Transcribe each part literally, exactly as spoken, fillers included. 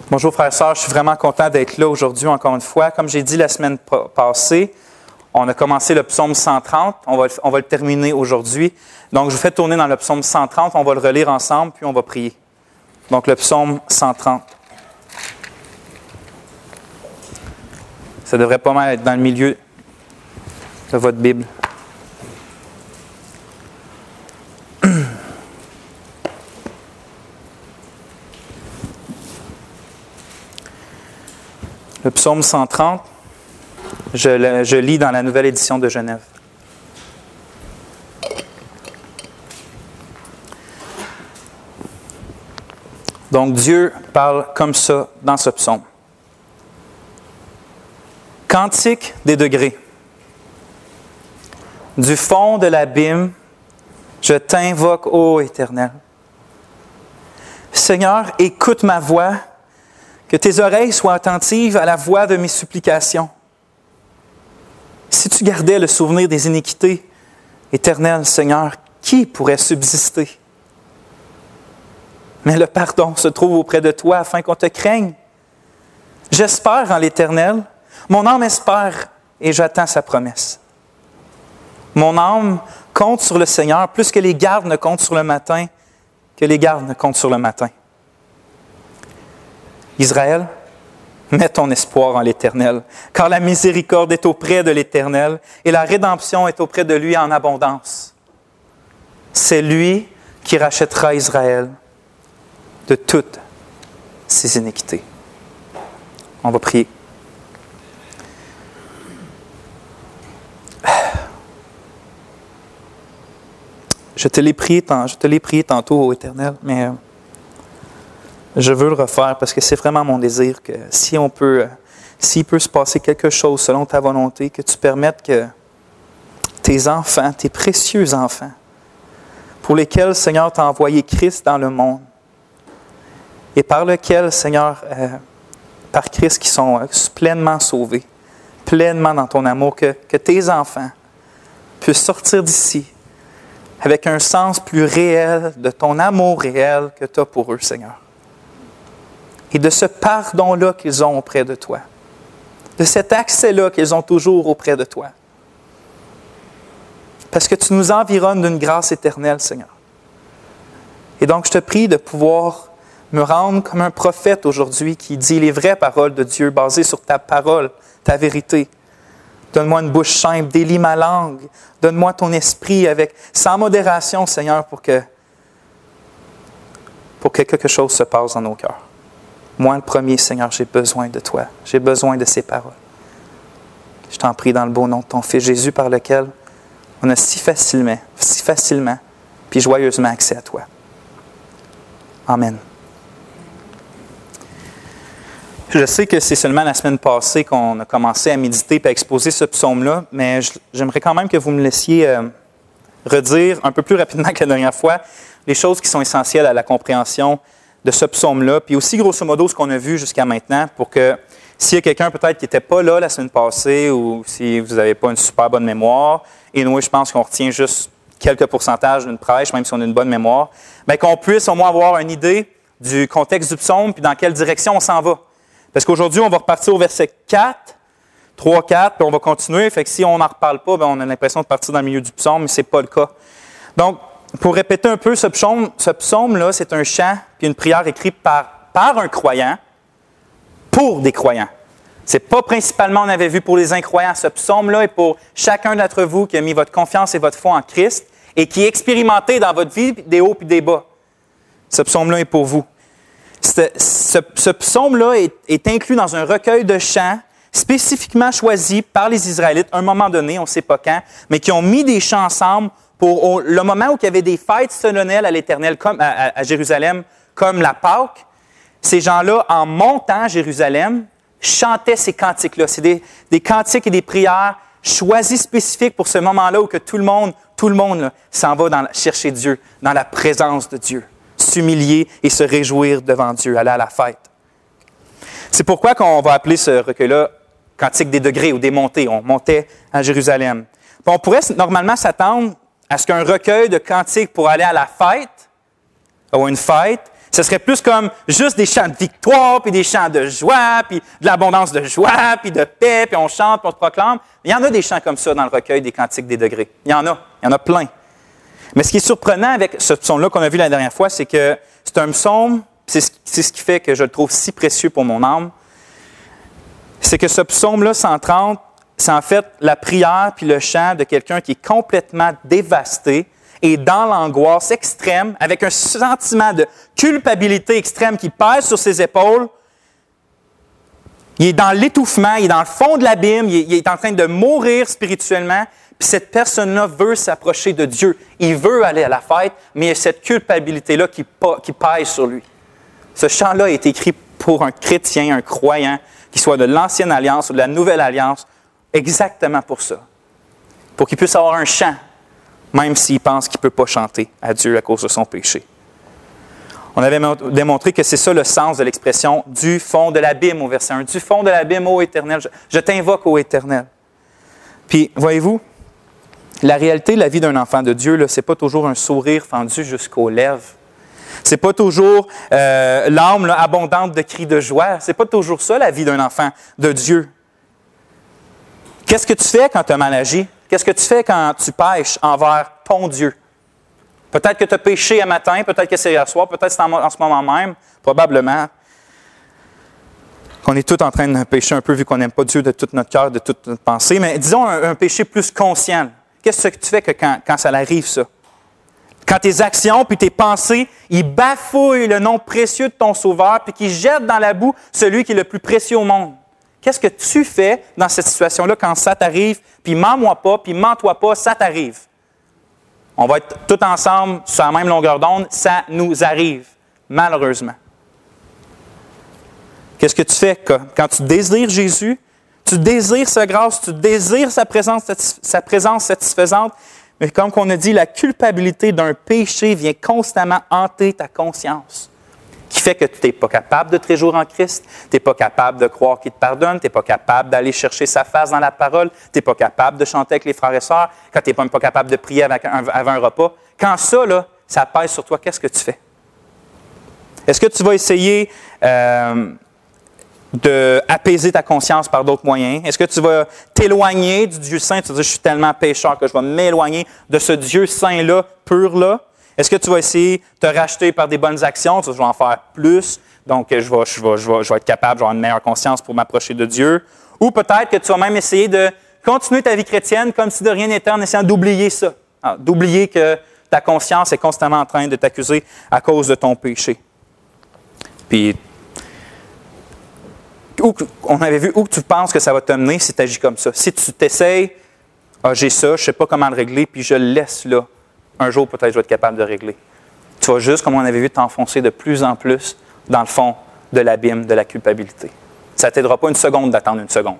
Bonjour frères et sœurs, je suis vraiment content d'être là aujourd'hui encore une fois. Comme j'ai dit la semaine passée, on a commencé le psaume cent trente, on va, on va le terminer aujourd'hui. Donc je vous fais tourner dans le psaume cent trente, on va le relire ensemble, puis on va prier. Donc le psaume cent trente. Ça devrait pas mal être dans le milieu de votre Bible. Le psaume cent trente, je, le, je lis dans la nouvelle édition de Genève. Donc Dieu parle comme ça dans ce psaume. Cantique des degrés. Du fond de l'abîme, je t'invoque, ô Éternel. Seigneur, écoute ma voix. Que tes oreilles soient attentives à la voix de mes supplications. Si tu gardais le souvenir des iniquités, Éternel Seigneur, qui pourrait subsister? Mais le pardon se trouve auprès de toi afin qu'on te craigne. J'espère en l'Éternel, mon âme espère et j'attends sa promesse. Mon âme compte sur le Seigneur plus que les gardes ne comptent sur le matin, que les gardes ne comptent sur le matin. Israël, mets ton espoir en l'Éternel, car la miséricorde est auprès de l'Éternel et la rédemption est auprès de lui en abondance. C'est lui qui rachètera Israël de toutes ses iniquités. On va prier. Je te l'ai prié, je te l'ai prié tantôt, ô Éternel, mais je veux le refaire parce que c'est vraiment mon désir que si on peut, s'il peut se passer quelque chose selon ta volonté, que tu permettes que tes enfants, tes précieux enfants, pour lesquels, Seigneur, tu as envoyé Christ dans le monde, et par lequel, Seigneur, euh, par Christ, qui sont euh, pleinement sauvés, pleinement dans ton amour, que, que tes enfants puissent sortir d'ici avec un sens plus réel de ton amour réel que tu as pour eux, Seigneur. Et de ce pardon-là qu'ils ont auprès de toi. De cet accès-là qu'ils ont toujours auprès de toi. Parce que tu nous environnes d'une grâce éternelle, Seigneur. Et donc, je te prie de pouvoir me rendre comme un prophète aujourd'hui qui dit les vraies paroles de Dieu basées sur ta parole, ta vérité. Donne-moi une bouche simple, délie ma langue. Donne-moi ton esprit avec, sans modération, Seigneur, pour que, pour que quelque chose se passe dans nos cœurs. Moi, le premier, Seigneur, j'ai besoin de toi. J'ai besoin de ces paroles. Je t'en prie dans le beau nom de ton Fils Jésus, par lequel on a si facilement, si facilement, puis joyeusement accès à toi. Amen. Je sais que c'est seulement la semaine passée qu'on a commencé à méditer et à exposer ce psaume-là, mais j'aimerais quand même que vous me laissiez euh, redire un peu plus rapidement que la dernière fois les choses qui sont essentielles à la compréhension de ce psaume-là, puis aussi grosso modo ce qu'on a vu jusqu'à maintenant, pour que s'il y a quelqu'un peut-être qui n'était pas là la semaine passée ou si vous n'avez pas une super bonne mémoire, et nous, je pense qu'on retient juste quelques pourcentages d'une prêche, même si on a une bonne mémoire, bien qu'on puisse au moins avoir une idée du contexte du psaume puis dans quelle direction on s'en va. Parce qu'aujourd'hui, on va repartir au verset quatre, trois, quatre, puis on va continuer. Fait que si on n'en reparle pas, bien, on a l'impression de partir dans le milieu du psaume, mais ce n'est pas le cas. Donc, pour répéter un peu, ce psaume, ce psaume-là, c'est un chant puis une prière écrite par, par un croyant pour des croyants. Ce n'est pas principalement, on avait vu, pour les incroyants. Ce psaume-là est pour chacun d'entre vous qui a mis votre confiance et votre foi en Christ et qui est expérimenté dans votre vie des hauts et des bas. Ce psaume-là est pour vous. Ce, ce, ce psaume-là est, est inclus dans un recueil de chants spécifiquement choisis par les Israélites, à un moment donné, on ne sait pas quand, mais qui ont mis des chants ensemble pour le moment où il y avait des fêtes solennelles à l'Éternel, comme à, à Jérusalem, comme la Pâque. Ces gens-là, en montant à Jérusalem, chantaient ces cantiques-là. C'est des, des cantiques et des prières choisis spécifiques pour ce moment-là où que tout le monde, tout le monde là, s'en va dans, chercher Dieu, dans la présence de Dieu, s'humilier et se réjouir devant Dieu, aller à la fête. C'est pourquoi qu'on va appeler ce recueil-là « Cantique des degrés » ou « des montées ». On montait à Jérusalem. Puis on pourrait normalement s'attendre à ce qu'un recueil de cantiques pour aller à la fête, ou une fête, Ce serait plus comme juste des chants de victoire, puis des chants de joie, puis de l'abondance de joie, puis de paix, puis on chante, puis on se proclame. Il y en a des chants comme ça dans le recueil des Cantiques des degrés. Il y en a, il y en a plein. Mais ce qui est surprenant avec ce psaume-là qu'on a vu la dernière fois, c'est que c'est un psaume, c'est ce, c'est ce qui fait que je le trouve si précieux pour mon âme, c'est que ce psaume-là, cent trente, c'est en fait la prière puis le chant de quelqu'un qui est complètement dévasté et dans l'angoisse extrême, avec un sentiment de culpabilité extrême qui pèse sur ses épaules. Il est dans l'étouffement, il est dans le fond de l'abîme, il est, il est en train de mourir spirituellement. Puis cette personne-là veut s'approcher de Dieu. Il veut aller à la fête, mais il y a cette culpabilité-là qui, qui pèse sur lui. Ce chant-là est écrit pour un chrétien, un croyant, qui soit de l'Ancienne Alliance ou de la Nouvelle Alliance, exactement pour ça. Pour qu'il puisse avoir un chant, même s'il pense qu'il ne peut pas chanter à Dieu à cause de son péché. On avait démontré que c'est ça le sens de l'expression « du fond de l'abîme » au verset un. « Du fond de l'abîme, ô Éternel, je, je t'invoque, ô Éternel. » Puis, voyez-vous, la réalité de la vie d'un enfant de Dieu, ce n'est pas toujours un sourire fendu jusqu'aux lèvres. Ce n'est pas toujours euh, l'âme là, abondante de cris de joie. Ce n'est pas toujours ça, la vie d'un enfant de Dieu. Qu'est-ce que tu fais quand tu as mal agi? Qu'est-ce que tu fais quand tu pêches envers ton Dieu? Peut-être que tu as péché un matin, peut-être que c'est hier soir, peut-être que c'est en, en ce moment même, probablement. Qu'on est tous en train de pécher un peu, vu qu'on n'aime pas Dieu de tout notre cœur, de toute notre pensée. Mais disons un, un péché plus conscient. Qu'est-ce que tu fais que quand, quand ça arrive, ça? Quand tes actions puis tes pensées, ils bafouillent le nom précieux de ton Sauveur puis qu'ils jettent dans la boue celui qui est le plus précieux au monde. Qu'est-ce que tu fais dans cette situation-là quand ça t'arrive, puis mens-moi pas, puis mens-toi pas, ça t'arrive? On va être tous ensemble sur la même longueur d'onde, ça nous arrive, malheureusement. Qu'est-ce que tu fais quand tu désires Jésus, tu désires sa grâce, tu désires sa présence, sa présence satisfaisante, mais comme on a dit, la culpabilité d'un péché vient constamment hanter ta conscience, qui fait que tu n'es pas capable de te réjouir en Christ, tu n'es pas capable de croire qu'il te pardonne, tu n'es pas capable d'aller chercher sa face dans la parole, tu n'es pas capable de chanter avec les frères et sœurs, quand tu n'es même pas capable de prier avec un, avant un repas. Quand ça, là, ça pèse sur toi, qu'est-ce que tu fais? Est-ce que tu vas essayer euh, d'apaiser ta conscience par d'autres moyens? Est-ce que tu vas t'éloigner du Dieu saint? Tu vas dire, je suis tellement pécheur que je vais m'éloigner de ce Dieu saint-là, pur-là. Est-ce que tu vas essayer de te racheter par des bonnes actions? Tu vas, je vais en faire plus, donc je vais, je vais, je vais, je vais être capable, d'avoir une meilleure conscience pour m'approcher de Dieu. Ou peut-être que tu vas même essayer de continuer ta vie chrétienne comme si de rien n'était en essayant d'oublier ça. Alors, d'oublier que ta conscience est constamment en train de t'accuser à cause de ton péché. Puis, où, on avait vu où tu penses que ça va te mener si tu agis comme ça. Si tu t'essayes, ah, j'ai ça, je ne sais pas comment le régler, puis je le laisse là. Un jour, peut-être, je vais être capable de régler. Tu vas juste, comme on avait vu, t'enfoncer de plus en plus dans le fond de l'abîme de la culpabilité. Ça ne t'aidera pas une seconde d'attendre une seconde.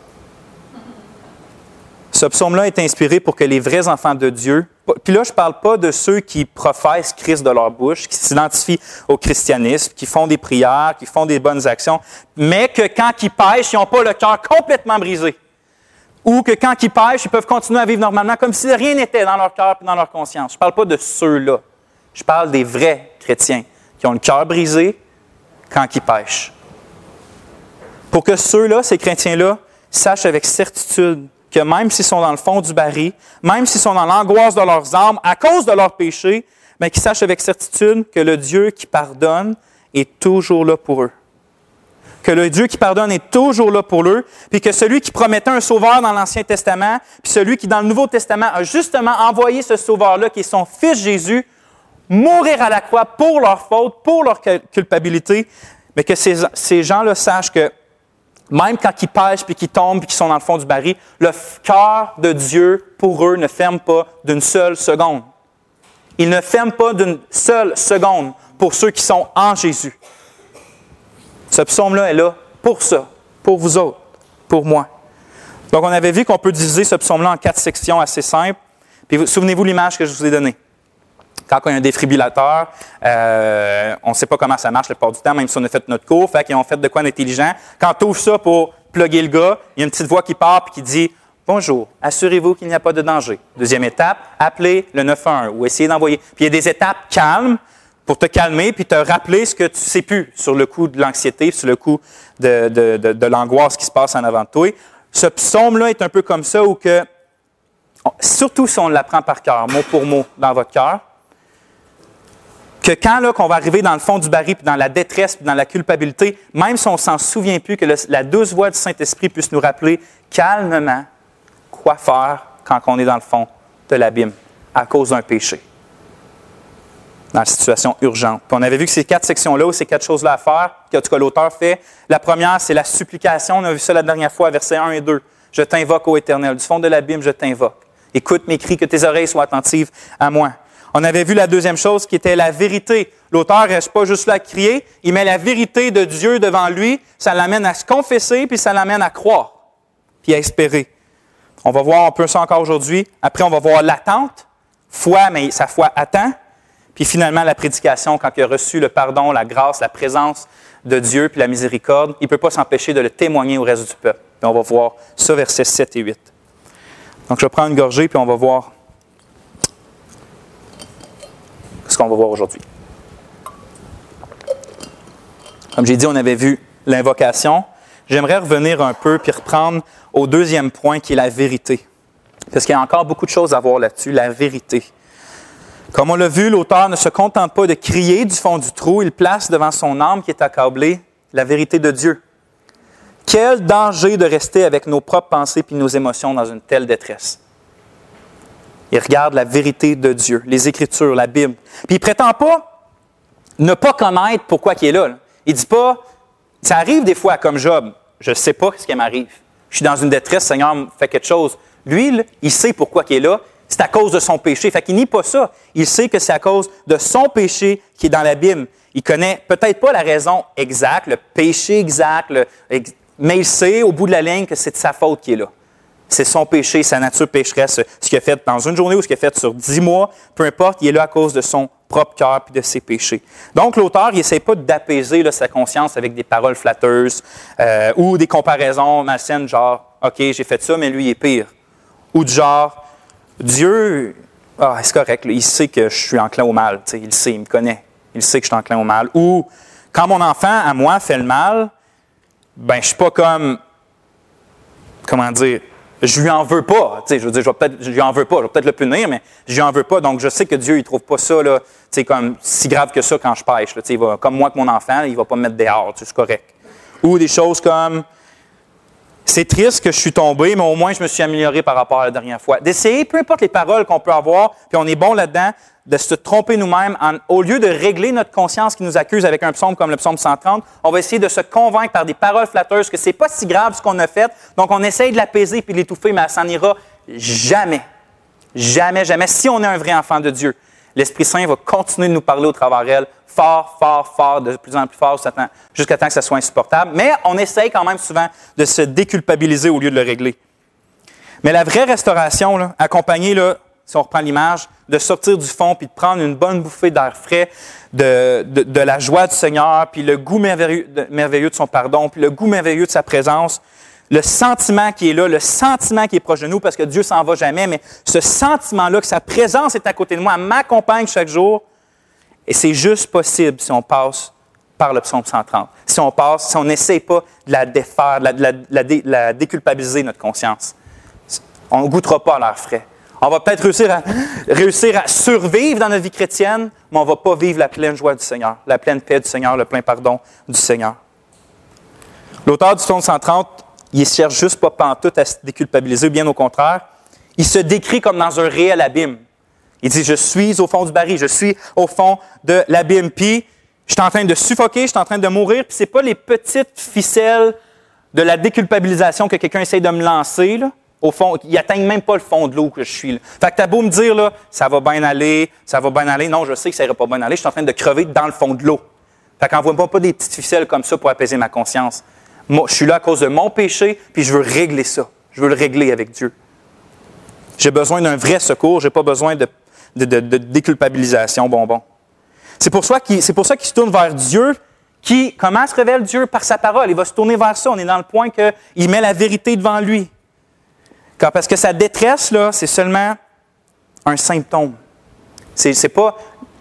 Ce psaume-là est inspiré pour que les vrais enfants de Dieu, puis là, je ne parle pas de ceux qui professent Christ de leur bouche, qui s'identifient au christianisme, qui font des prières, qui font des bonnes actions, mais que quand ils pêchent, ils n'ont pas le cœur complètement brisé. Ou que quand ils pêchent, ils peuvent continuer à vivre normalement comme si rien n'était dans leur cœur et dans leur conscience. Je ne parle pas de ceux-là. Je parle des vrais chrétiens qui ont le cœur brisé quand ils pêchent. Pour que ceux-là, ces chrétiens-là, sachent avec certitude que même s'ils sont dans le fond du baril, même s'ils sont dans l'angoisse de leurs âmes à cause de leur péché, bien qu'ils sachent avec certitude que le Dieu qui pardonne est toujours là pour eux. Que le Dieu qui pardonne est toujours là pour eux, puis que celui qui promettait un sauveur dans l'Ancien Testament, puis celui qui dans le Nouveau Testament a justement envoyé ce sauveur-là, qui est son Fils Jésus, mourir à la croix pour leur faute, pour leur culpabilité, mais que ces, ces gens-là sachent que même quand ils pêchent, puis qu'ils tombent, puis qu'ils sont dans le fond du baril, le cœur de Dieu, pour eux, ne ferme pas d'une seule seconde. Il ne ferme pas d'une seule seconde pour ceux qui sont en Jésus. Ce psaume-là est là pour ça, pour vous autres, pour moi. Donc, on avait vu qu'on peut diviser ce psaume-là en quatre sections assez simples. Puis, vous, souvenez-vous l'image que je vous ai donnée. Quand il y a un défibrillateur, euh, on ne sait pas comment ça marche la plupart du temps, même si on a fait notre cours, fait qu'ils ont fait de quoi d'intelligent. Quand tu ouvres ça pour plugger le gars, il y a une petite voix qui part et qui dit « Bonjour, assurez-vous qu'il n'y a pas de danger. » Deuxième étape, appelez le neuf un un ou essayez d'envoyer. Puis, il y a des étapes calmes pour te calmer puis te rappeler ce que tu ne sais plus sur le coup de l'anxiété, sur le coup de, de, de, de l'angoisse qui se passe en avant de toi. Ce psaume-là est un peu comme ça, où que, surtout si on l'apprend par cœur, mot pour mot, dans votre cœur, que quand là, qu'on va arriver dans le fond du baril, puis dans la détresse, puis dans la culpabilité, même si on ne s'en souvient plus, que le, la douce voix du Saint-Esprit puisse nous rappeler calmement quoi faire quand on est dans le fond de l'abîme à cause d'un péché, dans la situation urgente. Puis on avait vu que ces quatre sections-là, ou ces quatre choses-là à faire, qu'en tout cas l'auteur fait. La première, c'est la supplication. On a vu ça la dernière fois, versets un et deux. « Je t'invoque, ô Éternel, du fond de l'abîme, je t'invoque. Écoute mes cris, que tes oreilles soient attentives à moi. » On avait vu la deuxième chose qui était la vérité. L'auteur ne reste pas juste là à crier, il met la vérité de Dieu devant lui, ça l'amène à se confesser, puis ça l'amène à croire, puis à espérer. On va voir un peu ça encore aujourd'hui. Après, on va voir l'attente, foi, mais sa foi attend. Puis finalement, la prédication, quand il a reçu le pardon, la grâce, la présence de Dieu, puis la miséricorde, il ne peut pas s'empêcher de le témoigner au reste du peuple. Et on va voir ça, versets sept et huit. Donc, je vais prendre une gorgée, puis on va voir ce qu'on va voir aujourd'hui. Comme j'ai dit, on avait vu l'invocation. J'aimerais revenir un peu puis reprendre au deuxième point qui est la vérité. Parce qu'il y a encore beaucoup de choses à voir là-dessus, la vérité. Comme on l'a vu, l'auteur ne se contente pas de crier du fond du trou, il place devant son âme qui est accablée la vérité de Dieu. Quel danger de rester avec nos propres pensées puis nos émotions dans une telle détresse. Il regarde la vérité de Dieu, les Écritures, la Bible. Puis il ne prétend pas ne pas connaître pourquoi il est là. Il ne dit pas, ça arrive des fois comme Job, je ne sais pas ce qui m'arrive. Je suis dans une détresse, Seigneur me fait quelque chose. Lui, là, il sait pourquoi il est là, c'est à cause de son péché. Fait qu'il nie pas ça. Il sait que c'est à cause de son péché qui est dans l'abîme. Il connaît peut-être pas la raison exacte, le péché exact, le, mais il sait au bout de la ligne que c'est de sa faute qui est là. C'est son péché, sa nature pécheresse, ce qu'il a fait dans une journée ou ce qu'il a fait sur dix mois, peu importe, il est là à cause de son propre cœur et de ses péchés. Donc, l'auteur, il n'essaie pas d'apaiser là, sa conscience avec des paroles flatteuses euh, ou des comparaisons malsaines, genre « OK, j'ai fait ça, mais lui, il est pire ». Ou du genre « Dieu, ah, c'est correct, là, il sait que je suis enclin au mal, il le sait, il me connaît, il sait que je suis enclin au mal. » Ou « Quand mon enfant, à moi, fait le mal, ben je ne suis pas comme, comment dire, je lui en veux pas. Je veux dire, je, vais peut-être, je lui en veux pas. Je vais peut-être le punir, mais je lui en veux pas. Donc, je sais que Dieu, il trouve pas ça là, comme si grave que ça quand je pêche. Là, il va, comme moi que mon enfant, il va pas me mettre dehors. C'est correct. Ou des choses comme, c'est triste que je suis tombé, mais au moins je me suis amélioré par rapport à la dernière fois. D'essayer, peu importe les paroles qu'on peut avoir, puis on est bon là-dedans, de se tromper nous-mêmes. En, au lieu de régler notre conscience qui nous accuse avec un psaume comme le psaume cent trente, on va essayer de se convaincre par des paroles flatteuses que c'est pas si grave ce qu'on a fait. Donc, on essaye de l'apaiser puis de l'étouffer, mais ça n'ira jamais. Jamais, jamais. Si on est un vrai enfant de Dieu, l'Esprit Saint va continuer de nous parler au travers d'elle, fort, fort, fort, de plus en plus fort, jusqu'à temps que ça soit insupportable. Mais on essaye quand même souvent de se déculpabiliser au lieu de le régler. Mais la vraie restauration, là, accompagnée, là, si on reprend l'image, de sortir du fond puis de prendre une bonne bouffée d'air frais, de, de, de la joie du Seigneur, puis le goût merveilleux de, merveilleux de son pardon, puis le goût merveilleux de sa présence, le sentiment qui est là, le sentiment qui est proche de nous, parce que Dieu s'en va jamais, mais ce sentiment-là, que sa présence est à côté de moi, elle m'accompagne chaque jour, et c'est juste possible si on passe par le psaume cent trente. Si on passe, si on n'essaie pas de la défaire, de la, de la, de la, dé, de la déculpabiliser, notre conscience. On ne goûtera pas à l'air frais. On va peut-être réussir à, réussir à survivre dans notre vie chrétienne, mais on ne va pas vivre la pleine joie du Seigneur, la pleine paix du Seigneur, le plein pardon du Seigneur. L'auteur du psaume cent trente, il ne cherche juste pas pantoute à se déculpabiliser, bien au contraire. Il se décrit comme dans un réel abîme. Il dit, je suis au fond du baril, je suis au fond de l'abîme, puis je suis en train de suffoquer, je suis en train de mourir, puis ce n'est pas les petites ficelles de la déculpabilisation que quelqu'un essaie de me lancer, là. Au fond, ils n'atteignent même pas le fond de l'eau que je suis. Là. Fait que t'as beau me dire, là, ça va bien aller, ça va bien aller. Non, je sais que ça ira pas bien aller. Je suis en train de crever dans le fond de l'eau. Fait qu'envoie-moi pas des petites ficelles comme ça pour apaiser ma conscience. Moi, je suis là à cause de mon péché, puis je veux régler ça. Je veux le régler avec Dieu. J'ai besoin d'un vrai secours. J'ai pas besoin de, de, de, de déculpabilisation bonbon. C'est pour ça qu'il, c'est pour ça qu'il se tourne vers Dieu. Qui, comment se révèle Dieu? Par sa parole. Il va se tourner vers ça. On est dans le point qu'il met la vérité devant lui. Car parce que sa détresse, là, c'est seulement un symptôme. C'est, c'est pas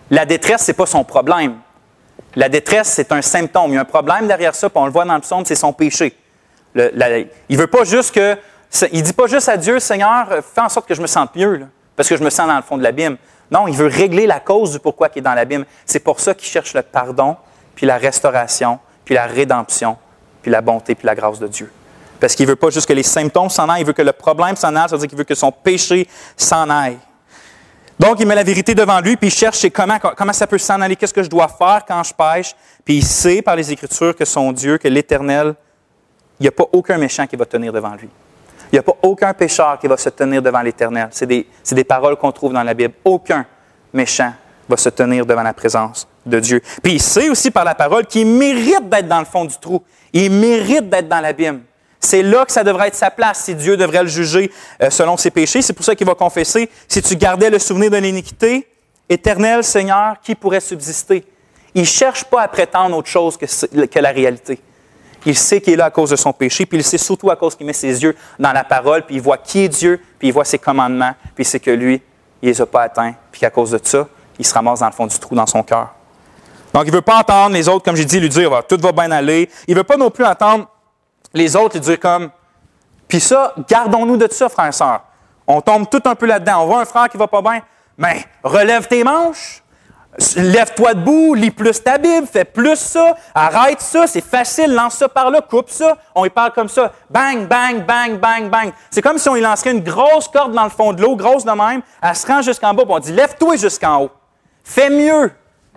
La détresse, ce n'est pas son problème. La détresse, c'est un symptôme. Il y a un problème derrière ça, puis on le voit dans le psaume, c'est son péché. Le, la, il veut pas juste que... Il ne dit pas juste à Dieu, Seigneur, fais en sorte que je me sente mieux, là, parce que je me sens dans le fond de l'abîme. Non, il veut régler la cause du pourquoi il est dans l'abîme. C'est pour ça qu'il cherche le pardon, puis la restauration, puis la rédemption, puis la bonté, puis la grâce de Dieu. Parce qu'il ne veut pas juste que les symptômes s'en aillent, il veut que le problème s'en aille, c'est-à-dire qu'il veut que son péché s'en aille. Donc, il met la vérité devant lui, puis il cherche c'est comment, comment ça peut s'en aller, qu'est-ce que je dois faire quand je pêche. Puis il sait par les Écritures que son Dieu, que l'Éternel, il n'y a pas aucun méchant qui va tenir devant lui. Il n'y a pas aucun pécheur qui va se tenir devant l'Éternel. C'est des, c'est des paroles qu'on trouve dans la Bible. Aucun méchant va se tenir devant la présence de Dieu. Puis il sait aussi par la parole qu'il mérite d'être dans le fond du trou. Il mérite d'être dans l'abîme. C'est là que ça devrait être sa place si Dieu devrait le juger euh, selon ses péchés. C'est pour ça qu'il va confesser, si tu gardais le souvenir de l'iniquité, Éternel Seigneur, qui pourrait subsister? Il ne cherche pas à prétendre autre chose que, que la réalité. Il sait qu'il est là à cause de son péché, puis il sait surtout à cause qu'il met ses yeux dans la parole, puis il voit qui est Dieu, puis il voit ses commandements, puis il sait que lui, il ne les a pas atteints, puis qu'à cause de ça, il se ramasse dans le fond du trou dans son cœur. Donc, il ne veut pas entendre les autres, comme j'ai dit, lui dire « tout va bien aller ». Il ne veut pas non plus entendre les autres lui dire comme « puis ça, gardons-nous de ça, frères et sœurs. On tombe tout un peu là-dedans. On voit un frère qui ne va pas bien. Mais relève tes manches. Lève-toi debout, lis plus ta Bible, fais plus ça, arrête ça, c'est facile, lance ça par là, coupe ça. On y parle comme ça. Bang, bang, bang, bang, bang. C'est comme si on y lancerait une grosse corde dans le fond de l'eau, grosse de même, elle se rend jusqu'en bas, puis on dit, lève-toi jusqu'en haut. Fais mieux.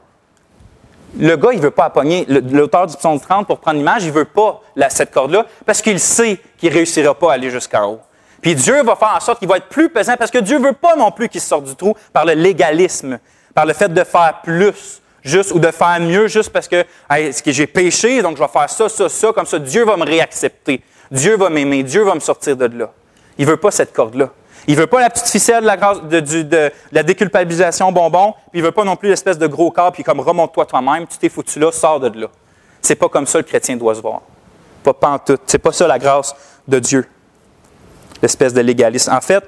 Le gars, il ne veut pas appogner l'auteur du psaume trente pour prendre l'image, il ne veut pas la, cette corde-là, parce qu'il sait qu'il ne réussira pas à aller jusqu'en haut. Puis Dieu va faire en sorte qu'il va être plus pesant, parce que Dieu ne veut pas non plus qu'il sorte du trou par le légalisme. Par le fait de faire plus, juste, ou de faire mieux, juste parce que hey, j'ai péché, donc je vais faire ça, ça, ça, comme ça, Dieu va me réaccepter. Dieu va m'aimer, Dieu va me sortir de là. Il ne veut pas cette corde-là. Il ne veut pas la petite ficelle de la, grâce, de, de, de la déculpabilisation bonbon, puis il ne veut pas non plus l'espèce de gros corps, puis comme remonte-toi toi-même, tu t'es foutu là, sors de là. C'est pas comme ça le chrétien doit se voir. Pas pantoute. C'est pas ça la grâce de Dieu. L'espèce de légalisme. En fait,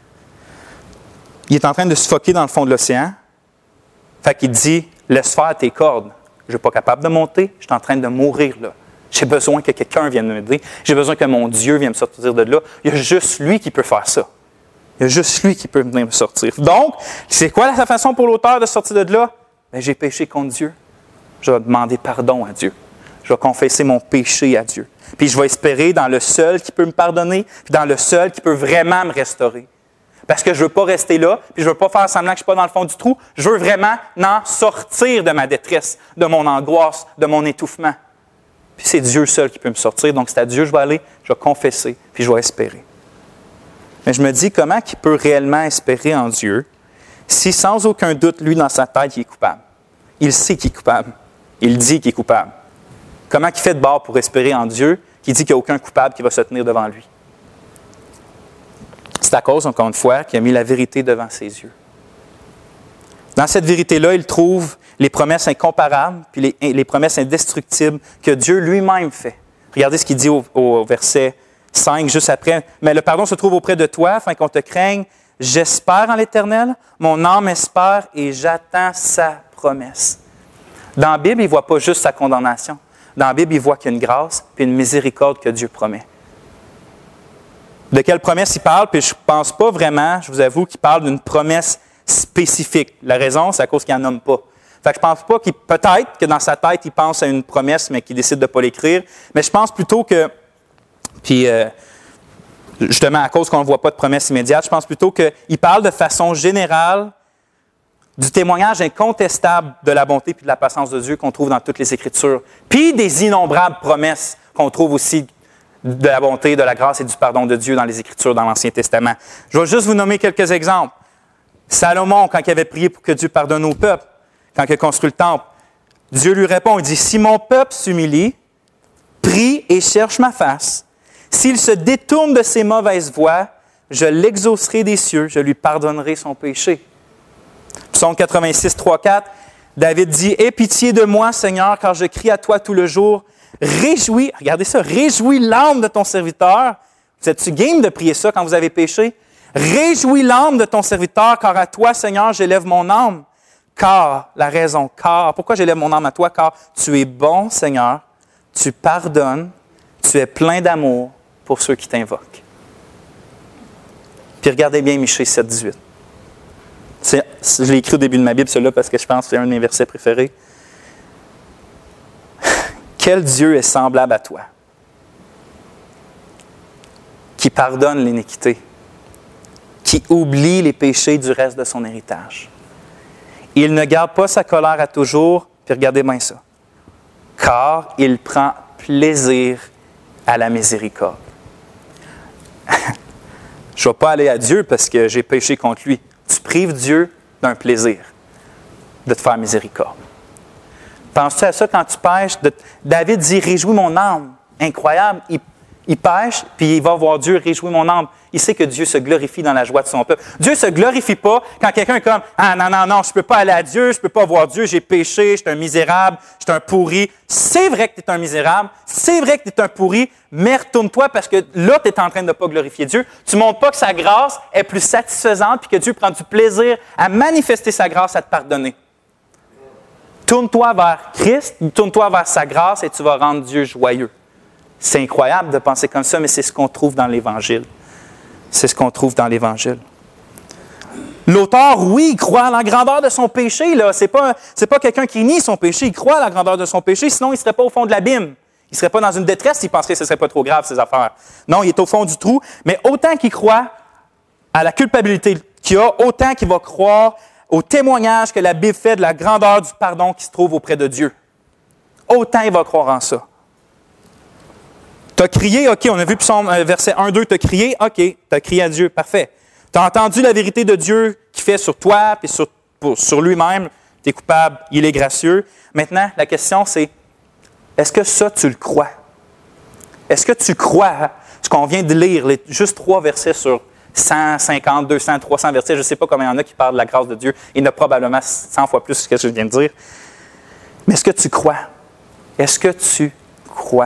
il est en train de suffoquer dans le fond de l'océan. Fait qu'il dit, laisse faire tes cordes. Je ne suis pas capable de monter, je suis en train de mourir là. J'ai besoin que quelqu'un vienne m'aider. J'ai besoin que mon Dieu vienne me sortir de là. Il y a juste lui qui peut faire ça. Il y a juste lui qui peut venir me sortir. Donc, c'est quoi la façon pour l'auteur de sortir de là? Bien, j'ai péché contre Dieu. Je vais demander pardon à Dieu. Je vais confesser mon péché à Dieu. Puis je vais espérer dans le seul qui peut me pardonner, puis dans le seul qui peut vraiment me restaurer. Parce que je ne veux pas rester là, puis je ne veux pas faire semblant que je ne suis pas dans le fond du trou. Je veux vraiment en sortir de ma détresse, de mon angoisse, de mon étouffement. Puis c'est Dieu seul qui peut me sortir. Donc c'est à Dieu que je vais aller, je vais confesser, puis je vais espérer. Mais je me dis, comment il peut réellement espérer en Dieu si sans aucun doute, lui, dans sa tête, il est coupable? Il sait qu'il est coupable. Il dit qu'il est coupable. Comment il fait de bord pour espérer en Dieu qui dit qu'il n'y a aucun coupable qui va se tenir devant lui? C'est à cause, encore une fois, qu'il a mis la vérité devant ses yeux. Dans cette vérité-là, il trouve les promesses incomparables puis les, les promesses indestructibles que Dieu lui-même fait. Regardez ce qu'il dit au, au verset cinq, juste après. « Mais le pardon se trouve auprès de toi, afin qu'on te craigne. J'espère en l'Éternel, mon âme espère et j'attends sa promesse. » Dans la Bible, il ne voit pas juste sa condamnation. Dans la Bible, il voit qu'il y a une grâce et une miséricorde que Dieu promet. De quelle promesse il parle? Puis je ne pense pas vraiment, je vous avoue, qu'il parle d'une promesse spécifique. La raison, c'est à cause qu'il n'en nomme pas. Fait que je ne pense pas qu'il, peut-être que dans sa tête, il pense à une promesse, mais qu'il décide de ne pas l'écrire. Mais je pense plutôt que, puis euh, justement à cause qu'on ne voit pas de promesse immédiate, je pense plutôt qu'il parle de façon générale du témoignage incontestable de la bonté et de la patience de Dieu qu'on trouve dans toutes les Écritures. Puis des innombrables promesses qu'on trouve aussi de la bonté, de la grâce et du pardon de Dieu dans les Écritures, dans l'Ancien Testament. Je vais juste vous nommer quelques exemples. Salomon, quand il avait prié pour que Dieu pardonne au peuple, quand il a construit le temple, Dieu lui répond, il dit, « Si mon peuple s'humilie, prie et cherche ma face, s'il se détourne de ses mauvaises voies, je l'exaucerai des cieux, je lui pardonnerai son péché. » Psaume quatre-vingt-six, trois, quatre, David dit, « Aie pitié de moi, Seigneur, car je crie à toi tout le jour. Réjouis, regardez ça, réjouis l'âme de ton serviteur. » Vous êtes-tu game de prier ça quand vous avez péché? « Réjouis l'âme de ton serviteur, car à toi, Seigneur, j'élève mon âme. Car, la raison, car, pourquoi j'élève mon âme à toi? Car tu es bon, Seigneur, tu pardonnes, tu es plein d'amour pour ceux qui t'invoquent. Puis regardez bien Michée sept, dix-huit. C'est, je l'ai écrit au début de ma Bible, celui-là, parce que je pense que c'est un de mes versets préférés. Quel Dieu est semblable à toi, qui pardonne l'iniquité, qui oublie les péchés du reste de son héritage. Il ne garde pas sa colère à toujours, puis regardez bien ça, car il prend plaisir à la miséricorde. Je ne vais pas aller à Dieu parce que j'ai péché contre lui. Tu prives Dieu d'un plaisir de te faire miséricorde. Penses-tu à ça quand tu pêches? David dit, réjouis mon âme. Incroyable. Il, il pêche, puis il va voir Dieu, réjouis mon âme. Il sait que Dieu se glorifie dans la joie de son peuple. Dieu ne se glorifie pas quand quelqu'un est comme, ah non, non, non, je ne peux pas aller à Dieu, je ne peux pas voir Dieu, j'ai péché, je suis un misérable, je suis un pourri. C'est vrai que tu es un misérable, c'est vrai que tu es un pourri, mais retourne-toi parce que là, tu es en train de ne pas glorifier Dieu. Tu ne montres pas que sa grâce est plus satisfaisante puis que Dieu prend du plaisir à manifester sa grâce, à te pardonner. Tourne-toi vers Christ, tourne-toi vers sa grâce et tu vas rendre Dieu joyeux. C'est incroyable de penser comme ça, mais c'est ce qu'on trouve dans l'Évangile. C'est ce qu'on trouve dans l'Évangile. L'auteur, oui, il croit à la grandeur de son péché. Là. Ce n'est pas, c'est pas quelqu'un qui nie son péché, il croit à la grandeur de son péché, sinon il ne serait pas au fond de l'abîme. Il ne serait pas dans une détresse s'il penserait que ce ne serait pas trop grave, ces affaires. Non, il est au fond du trou, mais autant qu'il croit à la culpabilité qu'il a, autant qu'il va croire au témoignage que la Bible fait de la grandeur du pardon qui se trouve auprès de Dieu. Autant il va croire en ça. Tu as crié, OK, on a vu Psaume, verset un, deux, tu as crié, OK, tu as crié à Dieu, parfait. Tu as entendu la vérité de Dieu qui fait sur toi et sur, pour, sur lui-même, tu es coupable, il est gracieux. Maintenant, la question c'est, est-ce que ça, tu le crois? Est-ce que tu crois ce qu'on vient de lire, les, juste trois versets sur cent cinquante, deux cents, trois cents versets, je ne sais pas combien il y en a qui parlent de la grâce de Dieu, il y en a probablement cent fois plus que ce que je viens de dire. Mais est-ce que tu crois? Est-ce que tu crois?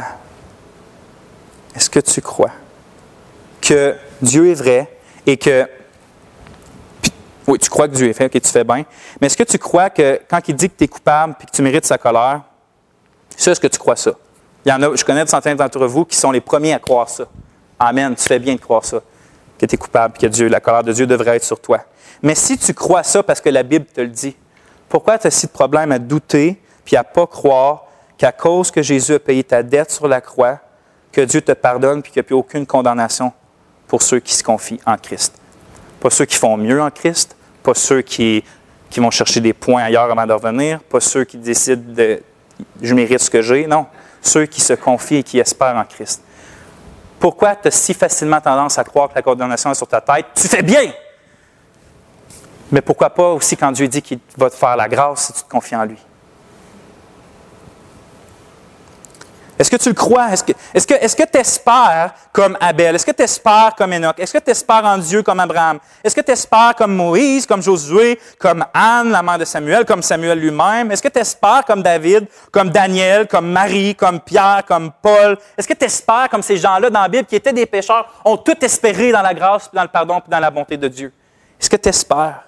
Est-ce que tu crois que Dieu est vrai et que... Puis, oui, tu crois que Dieu est vrai, OK, tu fais bien. Mais est-ce que tu crois que quand il dit que tu es coupable et que tu mérites sa colère, ça, est-ce que tu crois ça? Il y en a, je connais des centaines d'entre vous qui sont les premiers à croire ça. Amen, tu fais bien de croire ça, que tu es coupable, que Dieu, la colère de Dieu devrait être sur toi. Mais si tu crois ça parce que la Bible te le dit, pourquoi tu as si de problème à douter puis à ne pas croire qu'à cause que Jésus a payé ta dette sur la croix, que Dieu te pardonne puis qu'il n'y a plus aucune condamnation pour ceux qui se confient en Christ? Pas ceux qui font mieux en Christ, pas ceux qui, qui vont chercher des points ailleurs avant de revenir, pas ceux qui décident de « je mérite ce que j'ai », non. Ceux qui se confient et qui espèrent en Christ. Pourquoi tu as si facilement tendance à croire que la condamnation est sur ta tête? Tu fais bien! Mais pourquoi pas aussi quand Dieu dit qu'il va te faire la grâce si tu te confies en lui? Est-ce que tu le crois? Est-ce que est-ce que, est-ce que tu espères comme Abel? Est-ce que tu espères comme Enoch? Est-ce que tu espères en Dieu comme Abraham? Est-ce que tu espères comme Moïse, comme Josué, comme Anne, la mère de Samuel, comme Samuel lui-même? Est-ce que tu espères comme David, comme Daniel, comme Marie, comme Pierre, comme Paul? Est-ce que tu espères comme ces gens-là dans la Bible qui étaient des pécheurs, ont tout espéré dans la grâce, puis dans le pardon, puis dans la bonté de Dieu? Est-ce que tu espères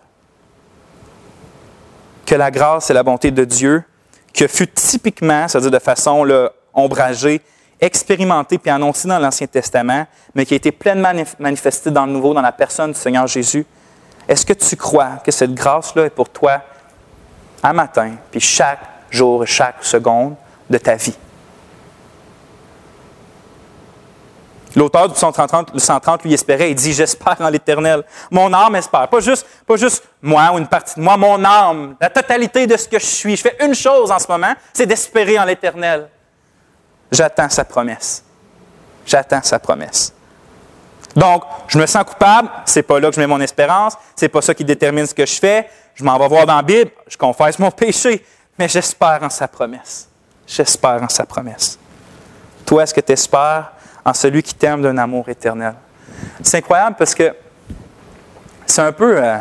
que la grâce et la bonté de Dieu, que fut typiquement, c'est-à-dire de façon là, ombragé, expérimenté puis annoncé dans l'Ancien Testament, mais qui a été pleinement manifesté dans le Nouveau, dans la personne du Seigneur Jésus. Est-ce que tu crois que cette grâce-là est pour toi à matin, puis chaque jour et chaque seconde de ta vie? L'auteur du cent trente, lui, espérait, il dit « J'espère en l'Éternel. Mon âme espère. » Pas juste, pas juste moi ou une partie de moi, mon âme, la totalité de ce que je suis. Je fais une chose en ce moment, c'est d'espérer en l'Éternel. J'attends sa promesse. J'attends sa promesse. Donc, je me sens coupable, c'est pas là que je mets mon espérance, c'est pas ça qui détermine ce que je fais. Je m'en vais voir dans la Bible, je confesse mon péché, mais j'espère en sa promesse. J'espère en sa promesse. Toi, est-ce que tu espères en celui qui t'aime d'un amour éternel? C'est incroyable parce que c'est un peu... Euh,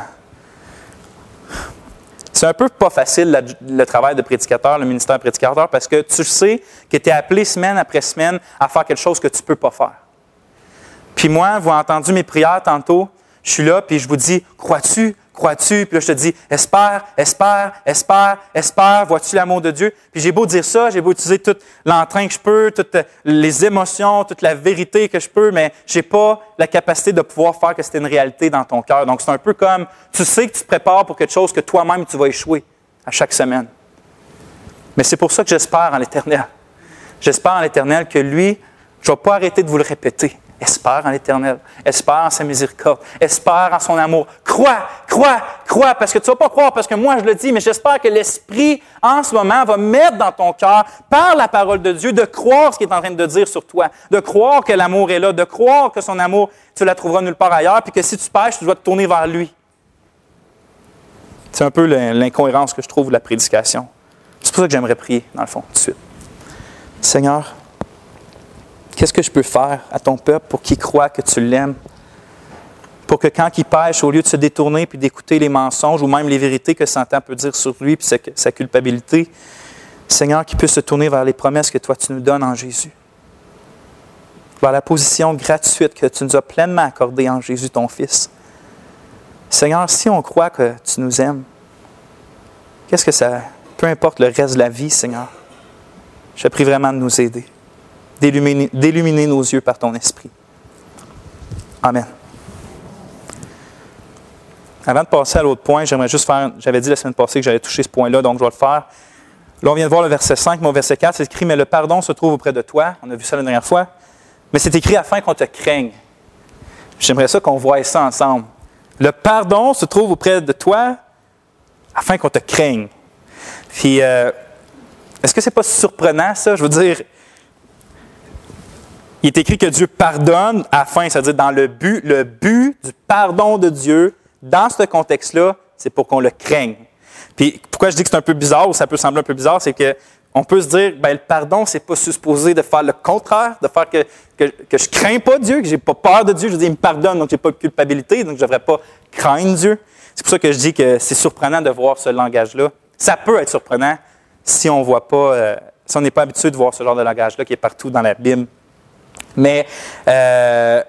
C'est un peu pas facile le, le travail de prédicateur, le ministère prédicateur, parce que tu sais que tu es appelé semaine après semaine à faire quelque chose que tu ne peux pas faire. Puis moi, vous avez entendu mes prières tantôt, je suis là, puis je vous dis, crois-tu, Crois-tu? Puis là, je te dis, espère, espère, espère, espère. Vois-tu l'amour de Dieu? Puis j'ai beau dire ça, j'ai beau utiliser tout l'entrain que je peux, toutes les émotions, toute la vérité que je peux, mais j'ai pas la capacité de pouvoir faire que c'était une réalité dans ton cœur. Donc, c'est un peu comme, tu sais que tu te prépares pour quelque chose que toi-même, tu vas échouer à chaque semaine. Mais c'est pour ça que j'espère en l'Éternel. J'espère en l'Éternel que lui, je ne vais pas arrêter de vous le répéter. Espère en l'Éternel. Espère en sa miséricorde. Espère en son amour. Crois, crois, crois, parce que tu ne vas pas croire, parce que moi je le dis, mais j'espère que l'Esprit, en ce moment, va mettre dans ton cœur, par la parole de Dieu, de croire ce qu'il est en train de dire sur toi, de croire que l'amour est là, de croire que son amour, tu la trouveras nulle part ailleurs, puis que si tu pêches, tu dois te tourner vers lui. C'est un peu l'incohérence que je trouve de la prédication. C'est pour ça que j'aimerais prier, dans le fond, tout de suite. Seigneur, qu'est-ce que je peux faire à ton peuple pour qu'il croie que tu l'aimes? Pour que quand il pêche, au lieu de se détourner puis d'écouter les mensonges ou même les vérités que Satan peut dire sur lui puis sa, sa culpabilité, Seigneur, qu'il puisse se tourner vers les promesses que toi tu nous donnes en Jésus. Vers la position gratuite que tu nous as pleinement accordée en Jésus, ton Fils. Seigneur, si on croit que tu nous aimes, qu'est-ce que ça... Peu importe le reste de la vie, Seigneur, je te prie vraiment de nous aider, d'illuminer, d'illuminer nos yeux par ton Esprit. Amen. Avant de passer à l'autre point, j'aimerais juste faire, j'avais dit la semaine passée que j'allais toucher ce point-là, donc je vais le faire. Là, on vient de voir le verset cinq, mais au verset quatre, c'est écrit « Mais le pardon se trouve auprès de toi. » On a vu ça la dernière fois. Mais c'est écrit afin qu'on te craigne. J'aimerais ça qu'on voie ça ensemble. Le pardon se trouve auprès de toi afin qu'on te craigne. Puis, euh, est-ce que c'est pas surprenant, ça? Je veux dire, il est écrit que Dieu pardonne afin, c'est-à-dire dans le but, le but du pardon de Dieu, dans ce contexte-là, c'est pour qu'on le craigne. Puis, pourquoi je dis que c'est un peu bizarre, ou ça peut sembler un peu bizarre, c'est que on peut se dire, ben le pardon, c'est pas supposé de faire le contraire, de faire que, que, que je crains pas Dieu, que j'ai pas peur de Dieu. Je veux dire, il me pardonne, donc j'ai pas de culpabilité, donc je devrais pas craindre Dieu. C'est pour ça que je dis que c'est surprenant de voir ce langage-là. Ça peut être surprenant si on voit pas, euh, si on n'est pas habitué de voir ce genre de langage-là qui est partout dans la Bible. Mais euh,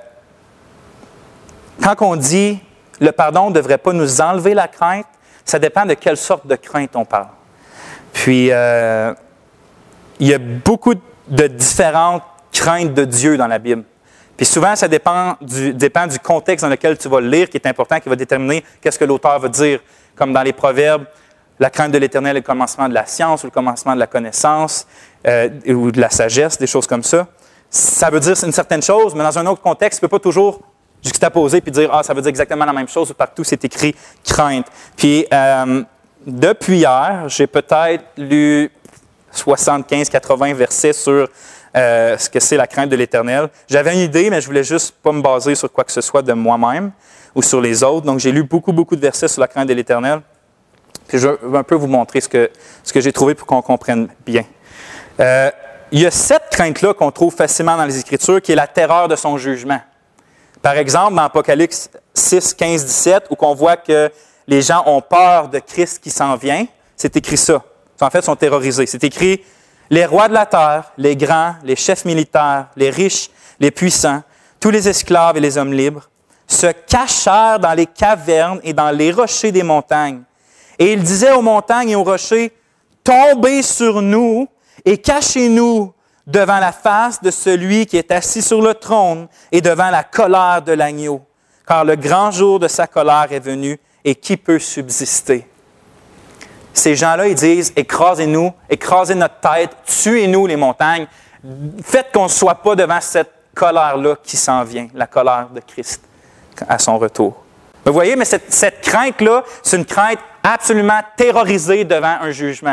quand on dit le pardon ne devrait pas nous enlever la crainte, ça dépend de quelle sorte de crainte on parle. Puis euh, il y a beaucoup de différentes craintes de Dieu dans la Bible. Puis souvent, ça dépend du, dépend du contexte dans lequel tu vas le lire, qui est important, qui va déterminer qu'est-ce que l'auteur va dire. Comme dans les Proverbes, la crainte de l'Éternel est le commencement de la science ou le commencement de la connaissance euh, ou de la sagesse, des choses comme ça. Ça veut dire c'est une certaine chose, mais dans un autre contexte, tu ne peux pas toujours juxtaposer puis dire « Ah, ça veut dire exactement la même chose » ou partout c'est écrit « crainte ». Puis, euh, depuis hier, j'ai peut-être lu soixante-quinze quatre-vingts versets sur euh, ce que c'est la crainte de l'Éternel. J'avais une idée, mais je voulais juste pas me baser sur quoi que ce soit de moi-même ou sur les autres. Donc, j'ai lu beaucoup, beaucoup de versets sur la crainte de l'Éternel. Puis je vais un peu vous montrer ce que, ce que j'ai trouvé pour qu'on comprenne bien. Euh, il y a cette crainte-là qu'on trouve facilement dans les Écritures, qui est la terreur de son jugement. Par exemple, dans Apocalypse six, quinze, dix-sept, où on voit que les gens ont peur de Christ qui s'en vient, c'est écrit ça. En fait, ils sont terrorisés. C'est écrit « Les rois de la terre, les grands, les chefs militaires, les riches, les puissants, tous les esclaves et les hommes libres, se cachèrent dans les cavernes et dans les rochers des montagnes. Et il disait aux montagnes et aux rochers, « Tombez sur nous et cachez-nous devant la face de celui qui est assis sur le trône et devant la colère de l'agneau, car le grand jour de sa colère est venu et qui peut subsister? » Ces gens-là, ils disent, « Écrasez-nous, écrasez notre tête, tuez-nous les montagnes, faites qu'on ne soit pas devant cette colère-là qui s'en vient, la colère de Christ à son retour. » Vous voyez, mais cette, cette crainte-là, c'est une crainte absolument terrorisée devant un jugement.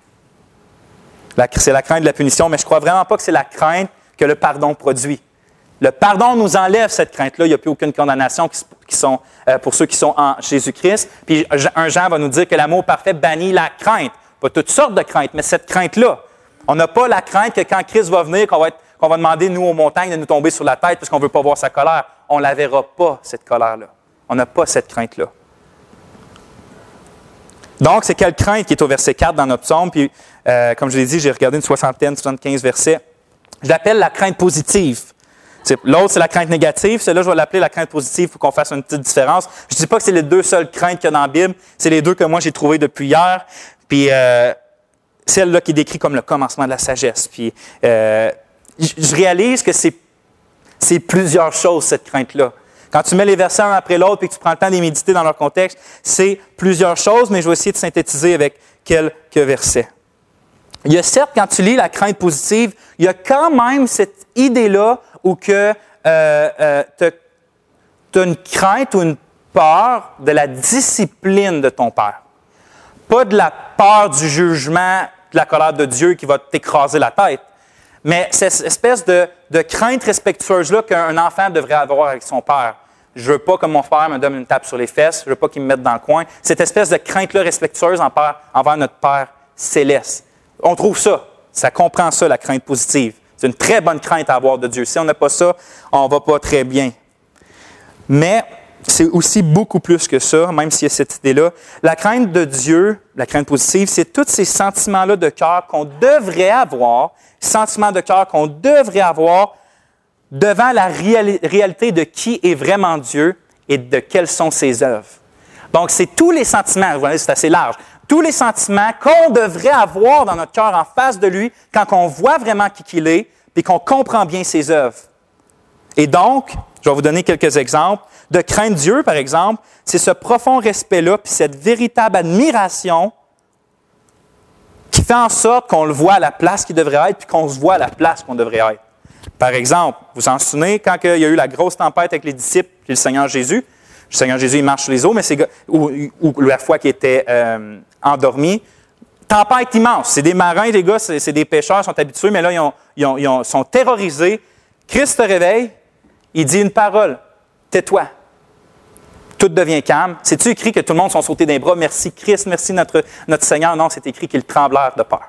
La, c'est la crainte de la punition, mais je ne crois vraiment pas que c'est la crainte que le pardon produit. Le pardon nous enlève cette crainte-là. Il n'y a plus aucune condamnation qui, qui sont, euh, pour ceux qui sont en Jésus-Christ. Puis un Jean va nous dire que l'amour parfait bannit la crainte. Pas toutes sortes de craintes, mais cette crainte-là. On n'a pas la crainte que quand Christ va venir, qu'on va, être, qu'on va demander, nous, aux montagnes, de nous tomber sur la tête parce qu'on ne veut pas voir sa colère. On ne la verra pas, cette colère-là. On n'a pas cette crainte-là. Donc, c'est quelle crainte qui est au verset quatre dans notre psaume? Puis, euh, comme je l'ai dit, j'ai regardé une soixantaine, soixante-quinze versets. Je l'appelle la crainte positive. L'autre, c'est la crainte négative. Celle-là, je vais l'appeler la crainte positive pour qu'on fasse une petite différence. Je ne dis pas que c'est les deux seules craintes qu'il y a dans la Bible. C'est les deux que moi, j'ai trouvées depuis hier. Puis, euh, celle-là qui est décrite comme le commencement de la sagesse. Puis, euh, je réalise que c'est, c'est plusieurs choses, cette crainte-là. Quand tu mets les versets un après l'autre et que tu prends le temps de les méditer dans leur contexte, c'est plusieurs choses, mais je vais essayer de synthétiser avec quelques versets. Il y a certes, quand tu lis la crainte positive, il y a quand même cette idée-là où que euh, euh, tu as une crainte ou une peur de la discipline de ton père. Pas de la peur du jugement, de la colère de Dieu qui va t'écraser la tête, mais cette espèce de, de crainte respectueuse-là qu'un enfant devrait avoir avec son père. Je veux pas que mon père me donne une tape sur les fesses, je veux pas qu'il me mette dans le coin. Cette espèce de crainte-là respectueuse envers, envers notre Père céleste. On trouve ça, ça comprend ça, la crainte positive. C'est une très bonne crainte à avoir de Dieu. Si on n'a pas ça, on ne va pas très bien. Mais c'est aussi beaucoup plus que ça, même s'il y a cette idée-là. La crainte de Dieu, la crainte positive, c'est tous ces sentiments-là de cœur qu'on devrait avoir, sentiments de cœur qu'on devrait avoir devant la réali- réalité de qui est vraiment Dieu et de quelles sont ses œuvres. Donc, c'est tous les sentiments, vous voyez, c'est assez large, tous les sentiments qu'on devrait avoir dans notre cœur en face de lui quand on voit vraiment qui qu'il est et qu'on comprend bien ses œuvres. Et donc, je vais vous donner quelques exemples. De craindre Dieu, par exemple, c'est ce profond respect-là puis cette véritable admiration qui fait en sorte qu'on le voit à la place qu'il devrait être puis qu'on se voit à la place qu'on devrait être. Par exemple, vous vous en souvenez, quand il y a eu la grosse tempête avec les disciples et le Seigneur Jésus, le Seigneur Jésus, il marche sur les eaux, mais c'est ou, ou la foi qui était euh, endormie. Tempête immense. C'est des marins, les gars, c'est, c'est des pêcheurs, ils sont habitués, mais là, ils, ont, ils, ont, ils ont, sont terrorisés. Christ se réveille, il dit une parole. Tais-toi. Tout devient calme. C'est-tu écrit que tout le monde sont sautés d'un bras? Merci Christ, merci notre, notre Seigneur. Non, c'est écrit qu'ils tremblèrent de peur.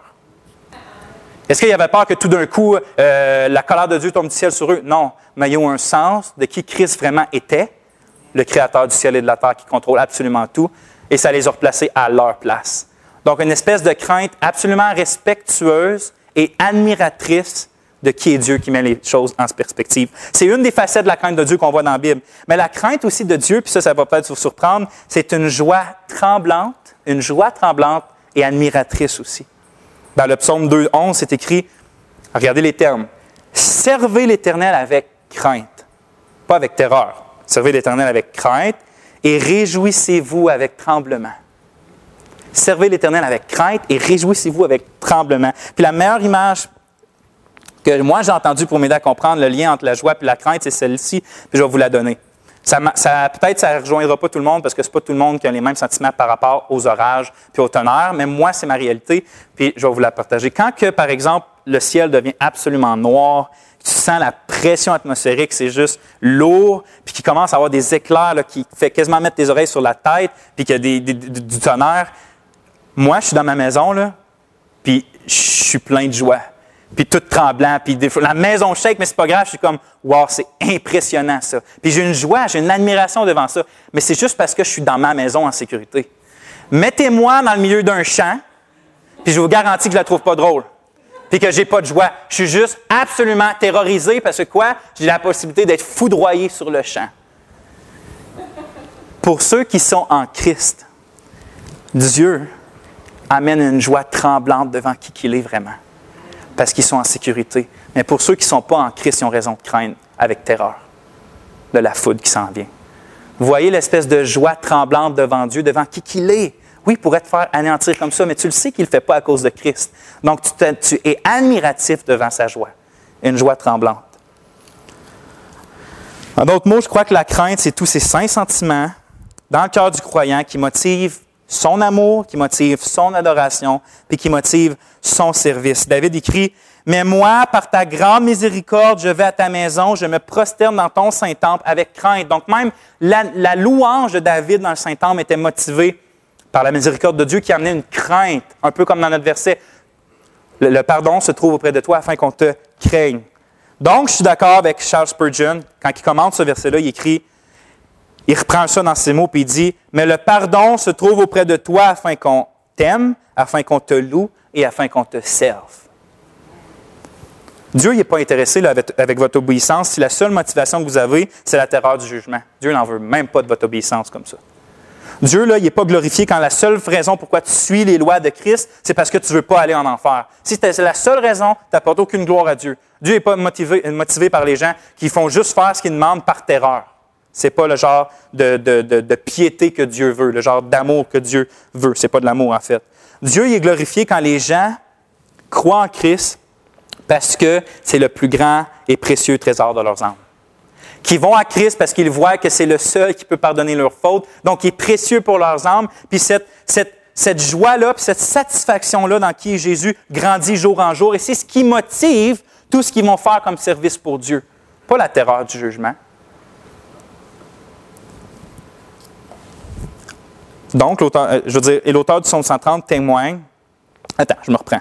Est-ce qu'il y avait peur que tout d'un coup, euh, la colère de Dieu tombe du ciel sur eux? Non, mais ils ont un sens de qui Christ vraiment était, le Créateur du ciel et de la terre qui contrôle absolument tout, et ça les a replacés à leur place. Donc, une espèce de crainte absolument respectueuse et admiratrice de qui est Dieu qui met les choses en perspective. C'est une des facettes de la crainte de Dieu qu'on voit dans la Bible. Mais la crainte aussi de Dieu, puis ça, ça va peut-être vous surprendre, c'est une joie tremblante, une joie tremblante et admiratrice aussi. Dans le psaume deux, onze, c'est écrit, regardez les termes, « Servez l'Éternel avec crainte », pas avec terreur. « Servez l'Éternel avec crainte et réjouissez-vous avec tremblement. » Servez l'Éternel avec crainte et réjouissez-vous avec tremblement. Puis la meilleure image que moi j'ai entendue pour m'aider à comprendre le lien entre la joie et la crainte, c'est celle-ci, puis je vais vous la donner. Ça, ça, peut-être que ça ne rejoindra pas tout le monde parce que ce n'est pas tout le monde qui a les mêmes sentiments par rapport aux orages puis au tonnerre, mais moi, c'est ma réalité, puis je vais vous la partager. Quand, que, par exemple, le ciel devient absolument noir, tu sens la pression atmosphérique, c'est juste lourd, puis qu'il commence à avoir des éclairs là, qui fait quasiment mettre tes oreilles sur la tête, puis qu'il y a des, des, du tonnerre, moi, je suis dans ma maison, là, puis je suis plein de joie. Puis tout tremblant, puis des fois, la maison shake, mais c'est pas grave, je suis comme, wow, c'est impressionnant ça. Puis j'ai une joie, j'ai une admiration devant ça, mais c'est juste parce que je suis dans ma maison en sécurité. Mettez-moi dans le milieu d'un champ, puis je vous garantis que je la trouve pas drôle, puis que j'ai pas de joie. Je suis juste absolument terrorisé parce que quoi? J'ai la possibilité d'être foudroyé sur le champ. Pour ceux qui sont en Christ, Dieu amène une joie tremblante devant qui qu'il est vraiment. Parce qu'ils sont en sécurité. Mais pour ceux qui ne sont pas en Christ, ils ont raison de craindre avec terreur de la foudre qui s'en vient. Vous voyez l'espèce de joie tremblante devant Dieu, devant qui qu'il est. Oui, il pourrait te faire anéantir comme ça, mais tu le sais qu'il ne le fait pas à cause de Christ. Donc, tu, te, tu es admiratif devant sa joie. Une joie tremblante. En d'autres mots, je crois que la crainte, c'est tous ces saints sentiments dans le cœur du croyant qui motivent son amour, qui motive son adoration, puis qui motive son service. David écrit, « Mais moi, par ta grande miséricorde, je vais à ta maison, je me prosterne dans ton Saint-Temple avec crainte. » Donc même la, la louange de David dans le Saint-Temple était motivée par la miséricorde de Dieu qui amenait une crainte, un peu comme dans notre verset. Le, le pardon se trouve auprès de toi afin qu'on te craigne. Donc, je suis d'accord avec Charles Spurgeon, quand il commente ce verset-là, il écrit, il reprend ça dans ses mots, puis il dit, « Mais le pardon se trouve auprès de toi afin qu'on t'aime, afin qu'on te loue et afin qu'on te serve. » Dieu n'est pas intéressé là, avec, avec votre obéissance si la seule motivation que vous avez, c'est la terreur du jugement. Dieu n'en veut même pas de votre obéissance comme ça. Dieu, là, il n'est pas glorifié quand la seule raison pourquoi tu suis les lois de Christ, c'est parce que tu ne veux pas aller en enfer. Si c'est la seule raison, tu n'apportes aucune gloire à Dieu. Dieu n'est pas motivé, motivé par les gens qui font juste faire ce qu'ils demandent par terreur. Ce n'est pas le genre de, de, de, de piété que Dieu veut, le genre d'amour que Dieu veut. Ce n'est pas de l'amour, en fait. Dieu il est glorifié quand les gens croient en Christ parce que c'est le plus grand et précieux trésor de leurs âmes. Qui vont à Christ parce qu'ils voient que c'est le seul qui peut pardonner leurs fautes, donc il est précieux pour leurs âmes. Puis cette, cette, cette joie-là, puis cette satisfaction-là dans qui Jésus grandit jour en jour, et c'est ce qui motive tout ce qu'ils vont faire comme service pour Dieu, pas la terreur du jugement. Donc, l'auteur, je veux dire, et l'auteur du psaume cent trente témoigne. Attends, je me reprends.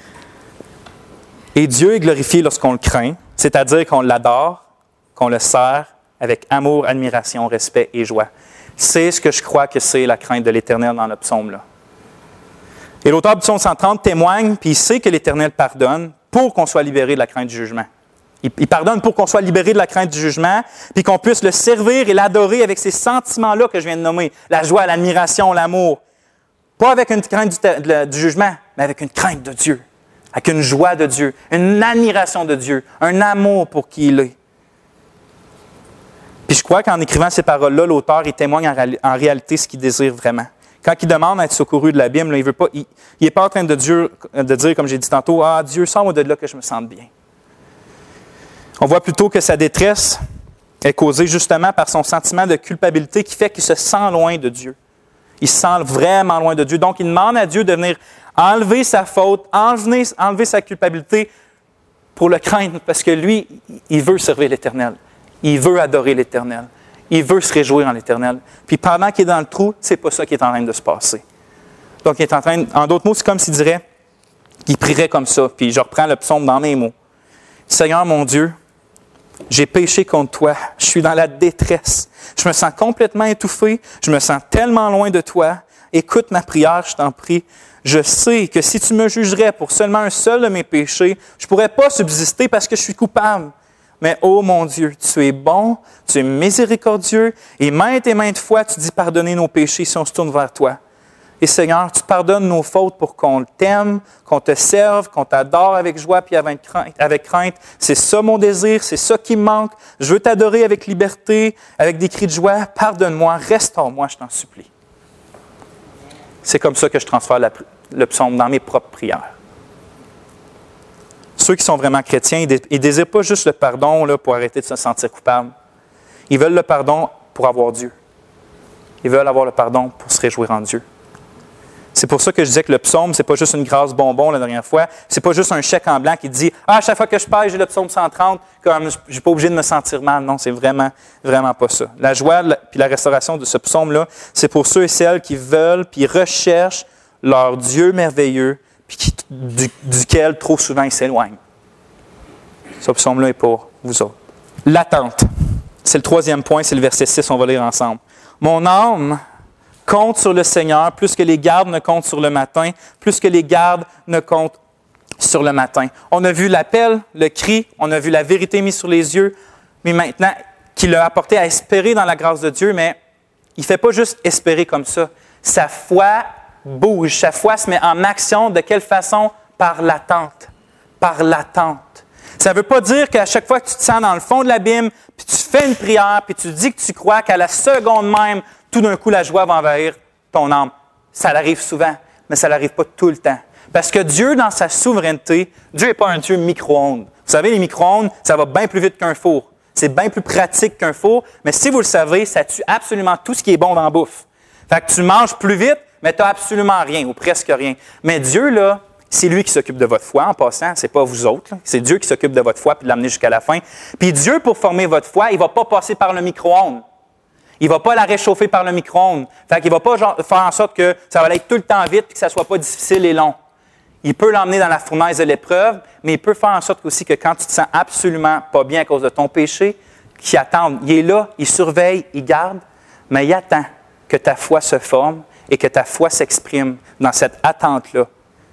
Et Dieu est glorifié lorsqu'on le craint, c'est-à-dire qu'on l'adore, qu'on le sert avec amour, admiration, respect et joie. C'est ce que je crois que c'est la crainte de l'Éternel dans le psaume-là. Et l'auteur du psaume cent trente témoigne, puis il sait que l'Éternel pardonne pour qu'on soit libéré de la crainte du jugement. Il, il pardonne pour qu'on soit libéré de la crainte du jugement, puis qu'on puisse le servir et l'adorer avec ces sentiments-là que je viens de nommer, la joie, l'admiration, l'amour. Pas avec une crainte du, de, du jugement, mais avec une crainte de Dieu, avec une joie de Dieu, une admiration de Dieu, un amour pour qui il est. Puis je crois qu'en écrivant ces paroles-là, l'auteur, il témoigne en, réali- en réalité ce qu'il désire vraiment. Quand il demande à être secouru de l'abîme, là, il veut pas, il n'est pas en train de dire, de dire, comme j'ai dit tantôt, « Ah, Dieu, sors-moi de là que je me sente bien. » On voit plutôt que sa détresse est causée justement par son sentiment de culpabilité qui fait qu'il se sent loin de Dieu. Il se sent vraiment loin de Dieu. Donc, il demande à Dieu de venir enlever sa faute, enlever, enlever sa culpabilité pour le craindre, parce que lui, il veut servir l'Éternel. Il veut adorer l'Éternel. Il veut se réjouir en l'Éternel. Puis pendant qu'il est dans le trou, c'est pas ça qui est en train de se passer. Donc, il est en train, en d'autres mots, c'est comme s'il dirait qu'il prierait comme ça. Puis je reprends le psaume dans mes mots. Seigneur mon Dieu, j'ai péché contre toi. Je suis dans la détresse. Je me sens complètement étouffé. Je me sens tellement loin de toi. Écoute ma prière, je t'en prie. Je sais que si tu me jugerais pour seulement un seul de mes péchés, je ne pourrais pas subsister parce que je suis coupable. Mais, ô mon Dieu, tu es bon, tu es miséricordieux, et maintes et maintes fois, tu dis pardonner nos péchés si on se tourne vers toi. Et Seigneur, tu pardonnes nos fautes pour qu'on t'aime, qu'on te serve, qu'on t'adore avec joie puis avec crainte. Avec crainte. C'est ça mon désir, c'est ça qui me manque. Je veux t'adorer avec liberté, avec des cris de joie. Pardonne-moi, restaure-moi, je t'en supplie. C'est comme ça que je transfère la, le psaume dans mes propres prières. Ceux qui sont vraiment chrétiens, ils ne désirent pas juste le pardon là, pour arrêter de se sentir coupable. Ils veulent le pardon pour avoir Dieu. Ils veulent avoir le pardon pour se réjouir en Dieu. C'est pour ça que je disais que le psaume, c'est pas juste une grâce bonbon la dernière fois. C'est pas juste un chèque en blanc qui dit « Ah, à chaque fois que je pêche, j'ai le psaume cent trente, comme je ne suis pas obligé de me sentir mal. » Non, c'est vraiment, vraiment pas ça. La joie puis la restauration de ce psaume-là, c'est pour ceux et celles qui veulent puis recherchent leur Dieu merveilleux puis qui, du, duquel trop souvent ils s'éloignent. Ce psaume-là est pour vous autres. L'attente. C'est le troisième point, c'est le verset six, on va lire ensemble. « Mon âme compte sur le Seigneur, plus que les gardes ne comptent sur le matin, plus que les gardes ne comptent sur le matin. » On a vu l'appel, le cri, on a vu la vérité mise sur les yeux, mais maintenant, qu'il l'a apporté à espérer dans la grâce de Dieu, mais il ne fait pas juste espérer comme ça. Sa foi bouge, sa foi se met en action. De quelle façon? Par l'attente. Par l'attente. Ça ne veut pas dire qu'à chaque fois que tu te sens dans le fond de l'abîme, puis tu fais une prière, puis tu dis que tu crois qu'à la seconde même, tout d'un coup, la joie va envahir ton âme. Ça l'arrive souvent, mais ça n'arrive pas tout le temps. Parce que Dieu, dans sa souveraineté, Dieu n'est pas un Dieu micro-ondes. Vous savez, les micro-ondes, ça va bien plus vite qu'un four. C'est bien plus pratique qu'un four, mais si vous le savez, ça tue absolument tout ce qui est bon dans la bouffe. Fait que tu manges plus vite, mais tu n'as absolument rien, ou presque rien. Mais Dieu, là, c'est lui qui s'occupe de votre foi, en passant, c'est pas vous autres. Là. C'est Dieu qui s'occupe de votre foi puis de l'amener jusqu'à la fin. Puis Dieu, pour former votre foi, il ne va pas passer par le micro-ondes. Il ne va pas la réchauffer par le micro-ondes. Fait qu'il ne va pas genre, faire en sorte que ça va aller tout le temps vite et que ça ne soit pas difficile et long. Il peut l'emmener dans la fournaise de l'épreuve, mais il peut faire en sorte aussi que quand tu te sens absolument pas bien à cause de ton péché, qu'il attende. Il est là, il surveille, il garde, mais il attend que ta foi se forme et que ta foi s'exprime dans cette attente-là.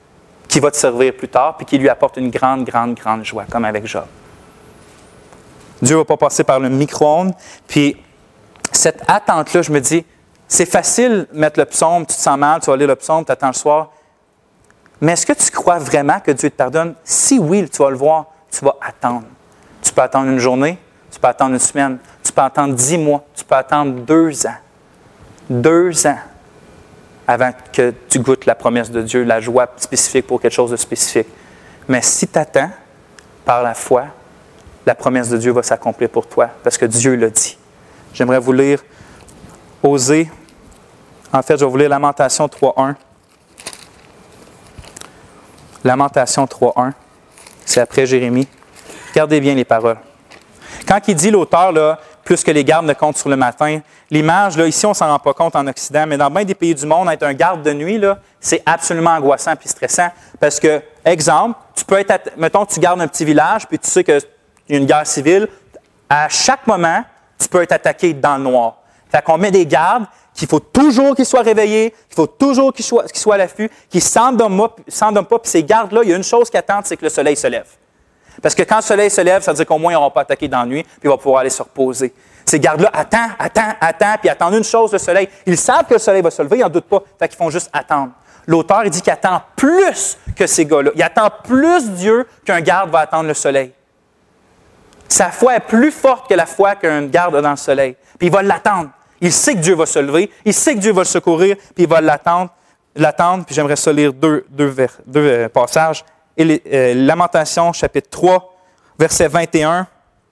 qui va te servir plus tard, puis qui lui apporte une grande, grande, grande joie, comme avec Job. Dieu ne va pas passer par le micro-ondes. Puis cette attente-là, je me dis, c'est facile de mettre le psaume, tu te sens mal, tu vas lire le psaume, tu attends le soir. Mais est-ce que tu crois vraiment que Dieu te pardonne? Si oui, tu vas le voir, tu vas attendre. Tu peux attendre une journée, tu peux attendre une semaine, tu peux attendre dix mois, tu peux attendre deux ans. Deux ans avant que tu goûtes la promesse de Dieu, la joie spécifique pour quelque chose de spécifique. Mais si tu attends, par la foi, la promesse de Dieu va s'accomplir pour toi, parce que Dieu l'a dit. J'aimerais vous lire Osée. En fait, je vais vous lire Lamentation trois un. Lamentation trois un. C'est après Jérémie. Regardez bien les paroles. Quand il dit l'auteur, là, plus que les gardes ne comptent sur le matin, l'image, là, ici, on ne s'en rend pas compte en Occident, mais dans bien des pays du monde, être un garde de nuit, là, c'est absolument angoissant et stressant. Parce que, exemple, tu peux être, mettons, tu gardes un petit village, puis tu sais qu'il y a une guerre civile. À chaque moment, tu peux être attaqué dans le noir. Fait qu'on met des gardes qu'il faut toujours qu'ils soient réveillés, qu'il faut toujours qu'ils soient, qu'ils soient à l'affût, qu'ils ne s'endorment pas. Puis ces gardes-là, il y a une chose qui attendent, c'est que le soleil se lève. Parce que quand le soleil se lève, ça veut dire qu'au moins, ils n'auront pas attaqué dans la nuit, puis ils vont pouvoir aller se reposer. Ces gardes-là attendent, attendent, attendent, puis attendent une chose, le soleil. Ils savent que le soleil va se lever, ils n'en doutent pas. Fait qu'ils font juste attendre. L'auteur, il dit qu'il attend plus que ces gars-là. Il attend plus Dieu qu'un garde va attendre le soleil. Sa foi est plus forte que la foi qu'un garde a dans le soleil. Puis il va l'attendre. Il sait que Dieu va se lever, il sait que Dieu va le secourir, puis il va l'attendre. l'attendre. Puis j'aimerais ça lire deux, deux, vers, deux euh, passages. Et les, euh, Lamentations, chapitre trois, verset vingt et un.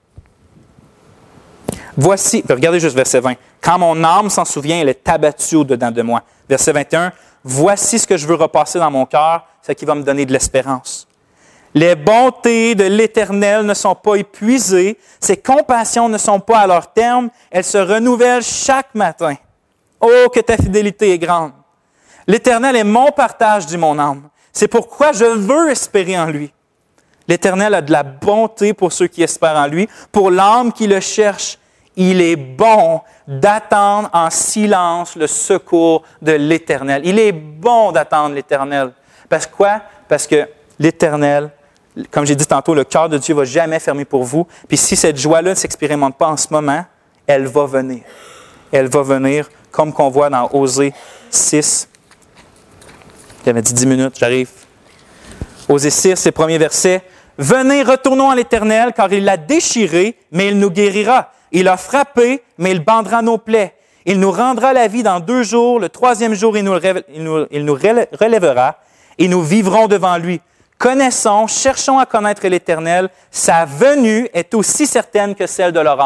Voici, regardez juste verset vingt. Quand mon âme s'en souvient, elle est abattue au-dedans de moi. Verset vingt et un. Voici ce que je veux repasser dans mon cœur, ce qui va me donner de l'espérance. Les bontés de l'Éternel ne sont pas épuisées, ses compassions ne sont pas à leur terme, elles se renouvellent chaque matin. Oh, que ta fidélité est grande! L'Éternel est mon partage, dit mon âme. C'est pourquoi je veux espérer en lui. L'Éternel a de la bonté pour ceux qui espèrent en lui, pour l'âme qui le cherche. Il est bon d'attendre en silence le secours de l'Éternel. Il est bon d'attendre l'Éternel. Parce que quoi? Parce que l'Éternel, comme j'ai dit tantôt, le cœur de Dieu ne va jamais fermer pour vous. Puis si cette joie-là ne s'expérimente pas en ce moment, elle va venir. Elle va venir, comme qu'on voit dans Osée six. J'avais dit dix minutes, j'arrive. Osée six, c'est le premier verset. « Venez, retournons à l'Éternel, car il l'a déchiré, mais il nous guérira. Il a frappé, mais il bandera nos plaies. Il nous rendra la vie dans deux jours. Le troisième jour, il nous, il nous, il nous relèvera et nous vivrons devant lui. Connaissons, cherchons à connaître l'Éternel. Sa venue est aussi certaine que celle de l'aurore. »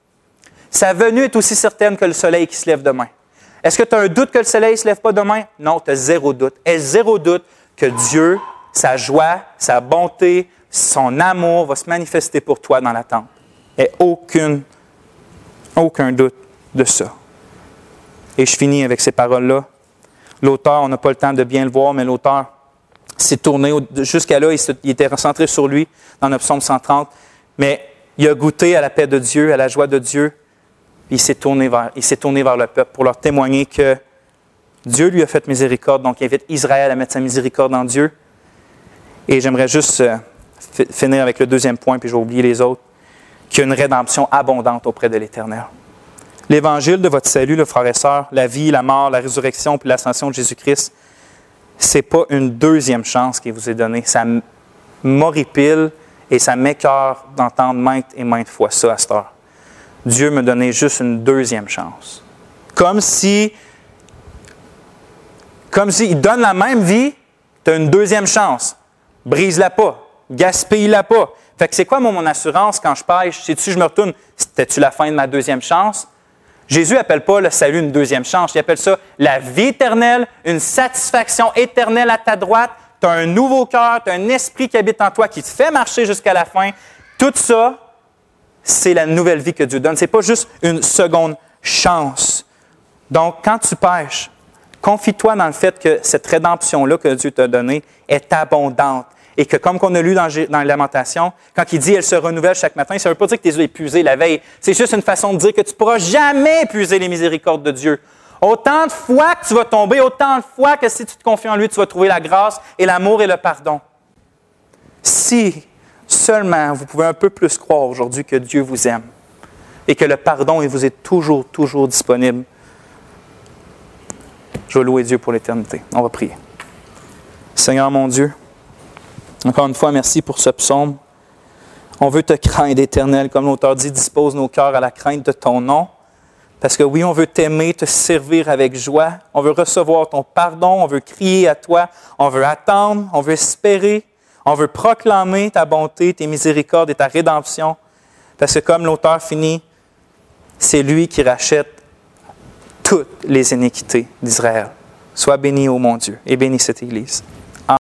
Sa venue est aussi certaine que le soleil qui se lève demain. Est-ce que tu as un doute que le soleil ne se lève pas demain? Non, tu as zéro doute. Et zéro doute que Dieu, sa joie, sa bonté, son amour va se manifester pour toi dans l'attente. Et aucune, aucun doute de ça. Et je finis avec ces paroles-là. L'auteur, on n'a pas le temps de bien le voir, mais l'auteur s'est tourné, jusqu'à là, il, se, il était recentré sur lui dans le psaume cent trente, mais il a goûté à la paix de Dieu, à la joie de Dieu. Il s'est tourné vers, il s'est tourné vers le peuple pour leur témoigner que Dieu lui a fait miséricorde. Donc, il invite Israël à mettre sa miséricorde en Dieu. Et j'aimerais juste euh, f- finir avec le deuxième point, puis je vais oublier les autres, qu'il y a une rédemption abondante auprès de l'Éternel. L'évangile de votre salut, le frère et sœur, la vie, la mort, la résurrection, puis l'ascension de Jésus-Christ, ce n'est pas une deuxième chance qui vous est donnée. Ça m'horripile et ça m'écœure d'entendre maintes et maintes fois ça à cette heure. Dieu me donnait juste une deuxième chance. Comme si, comme s'il donne la même vie, tu as une deuxième chance. Brise-la pas. Gaspille-la pas. Fait que c'est quoi, moi, mon assurance quand je pêche? Sais-tu, je me retourne, c'était-tu la fin de ma deuxième chance? Jésus n'appelle pas le salut une deuxième chance. Il appelle ça la vie éternelle, une satisfaction éternelle à ta droite. Tu as un nouveau cœur, tu as un esprit qui habite en toi, qui te fait marcher jusqu'à la fin. Tout ça, c'est la nouvelle vie que Dieu donne. Ce n'est pas juste une seconde chance. Donc, quand tu pêches, confie-toi dans le fait que cette rédemption-là que Dieu t'a donnée est abondante. Et que, comme on a lu dans, dans les Lamentations, quand il dit « elle se renouvelle chaque matin », ça ne veut pas dire que tu les as épuisés la veille. C'est juste une façon de dire que tu ne pourras jamais épuiser les miséricordes de Dieu. Autant de fois que tu vas tomber, autant de fois que si tu te confies en lui, tu vas trouver la grâce et l'amour et le pardon. Si seulement vous pouvez un peu plus croire aujourd'hui que Dieu vous aime et que le pardon il vous est toujours, toujours disponible, je vais louer Dieu pour l'éternité. On va prier. Seigneur mon Dieu, encore une fois, merci pour ce psaume. On veut te craindre, Éternel, comme l'auteur dit, dispose nos cœurs à la crainte de ton nom. Parce que oui, on veut t'aimer, te servir avec joie. On veut recevoir ton pardon, on veut crier à toi, on veut attendre, on veut espérer, on veut proclamer ta bonté, tes miséricordes et ta rédemption. Parce que comme l'auteur finit, c'est lui qui rachète toutes les iniquités d'Israël. Sois béni, ô mon Dieu, et bénis cette Église.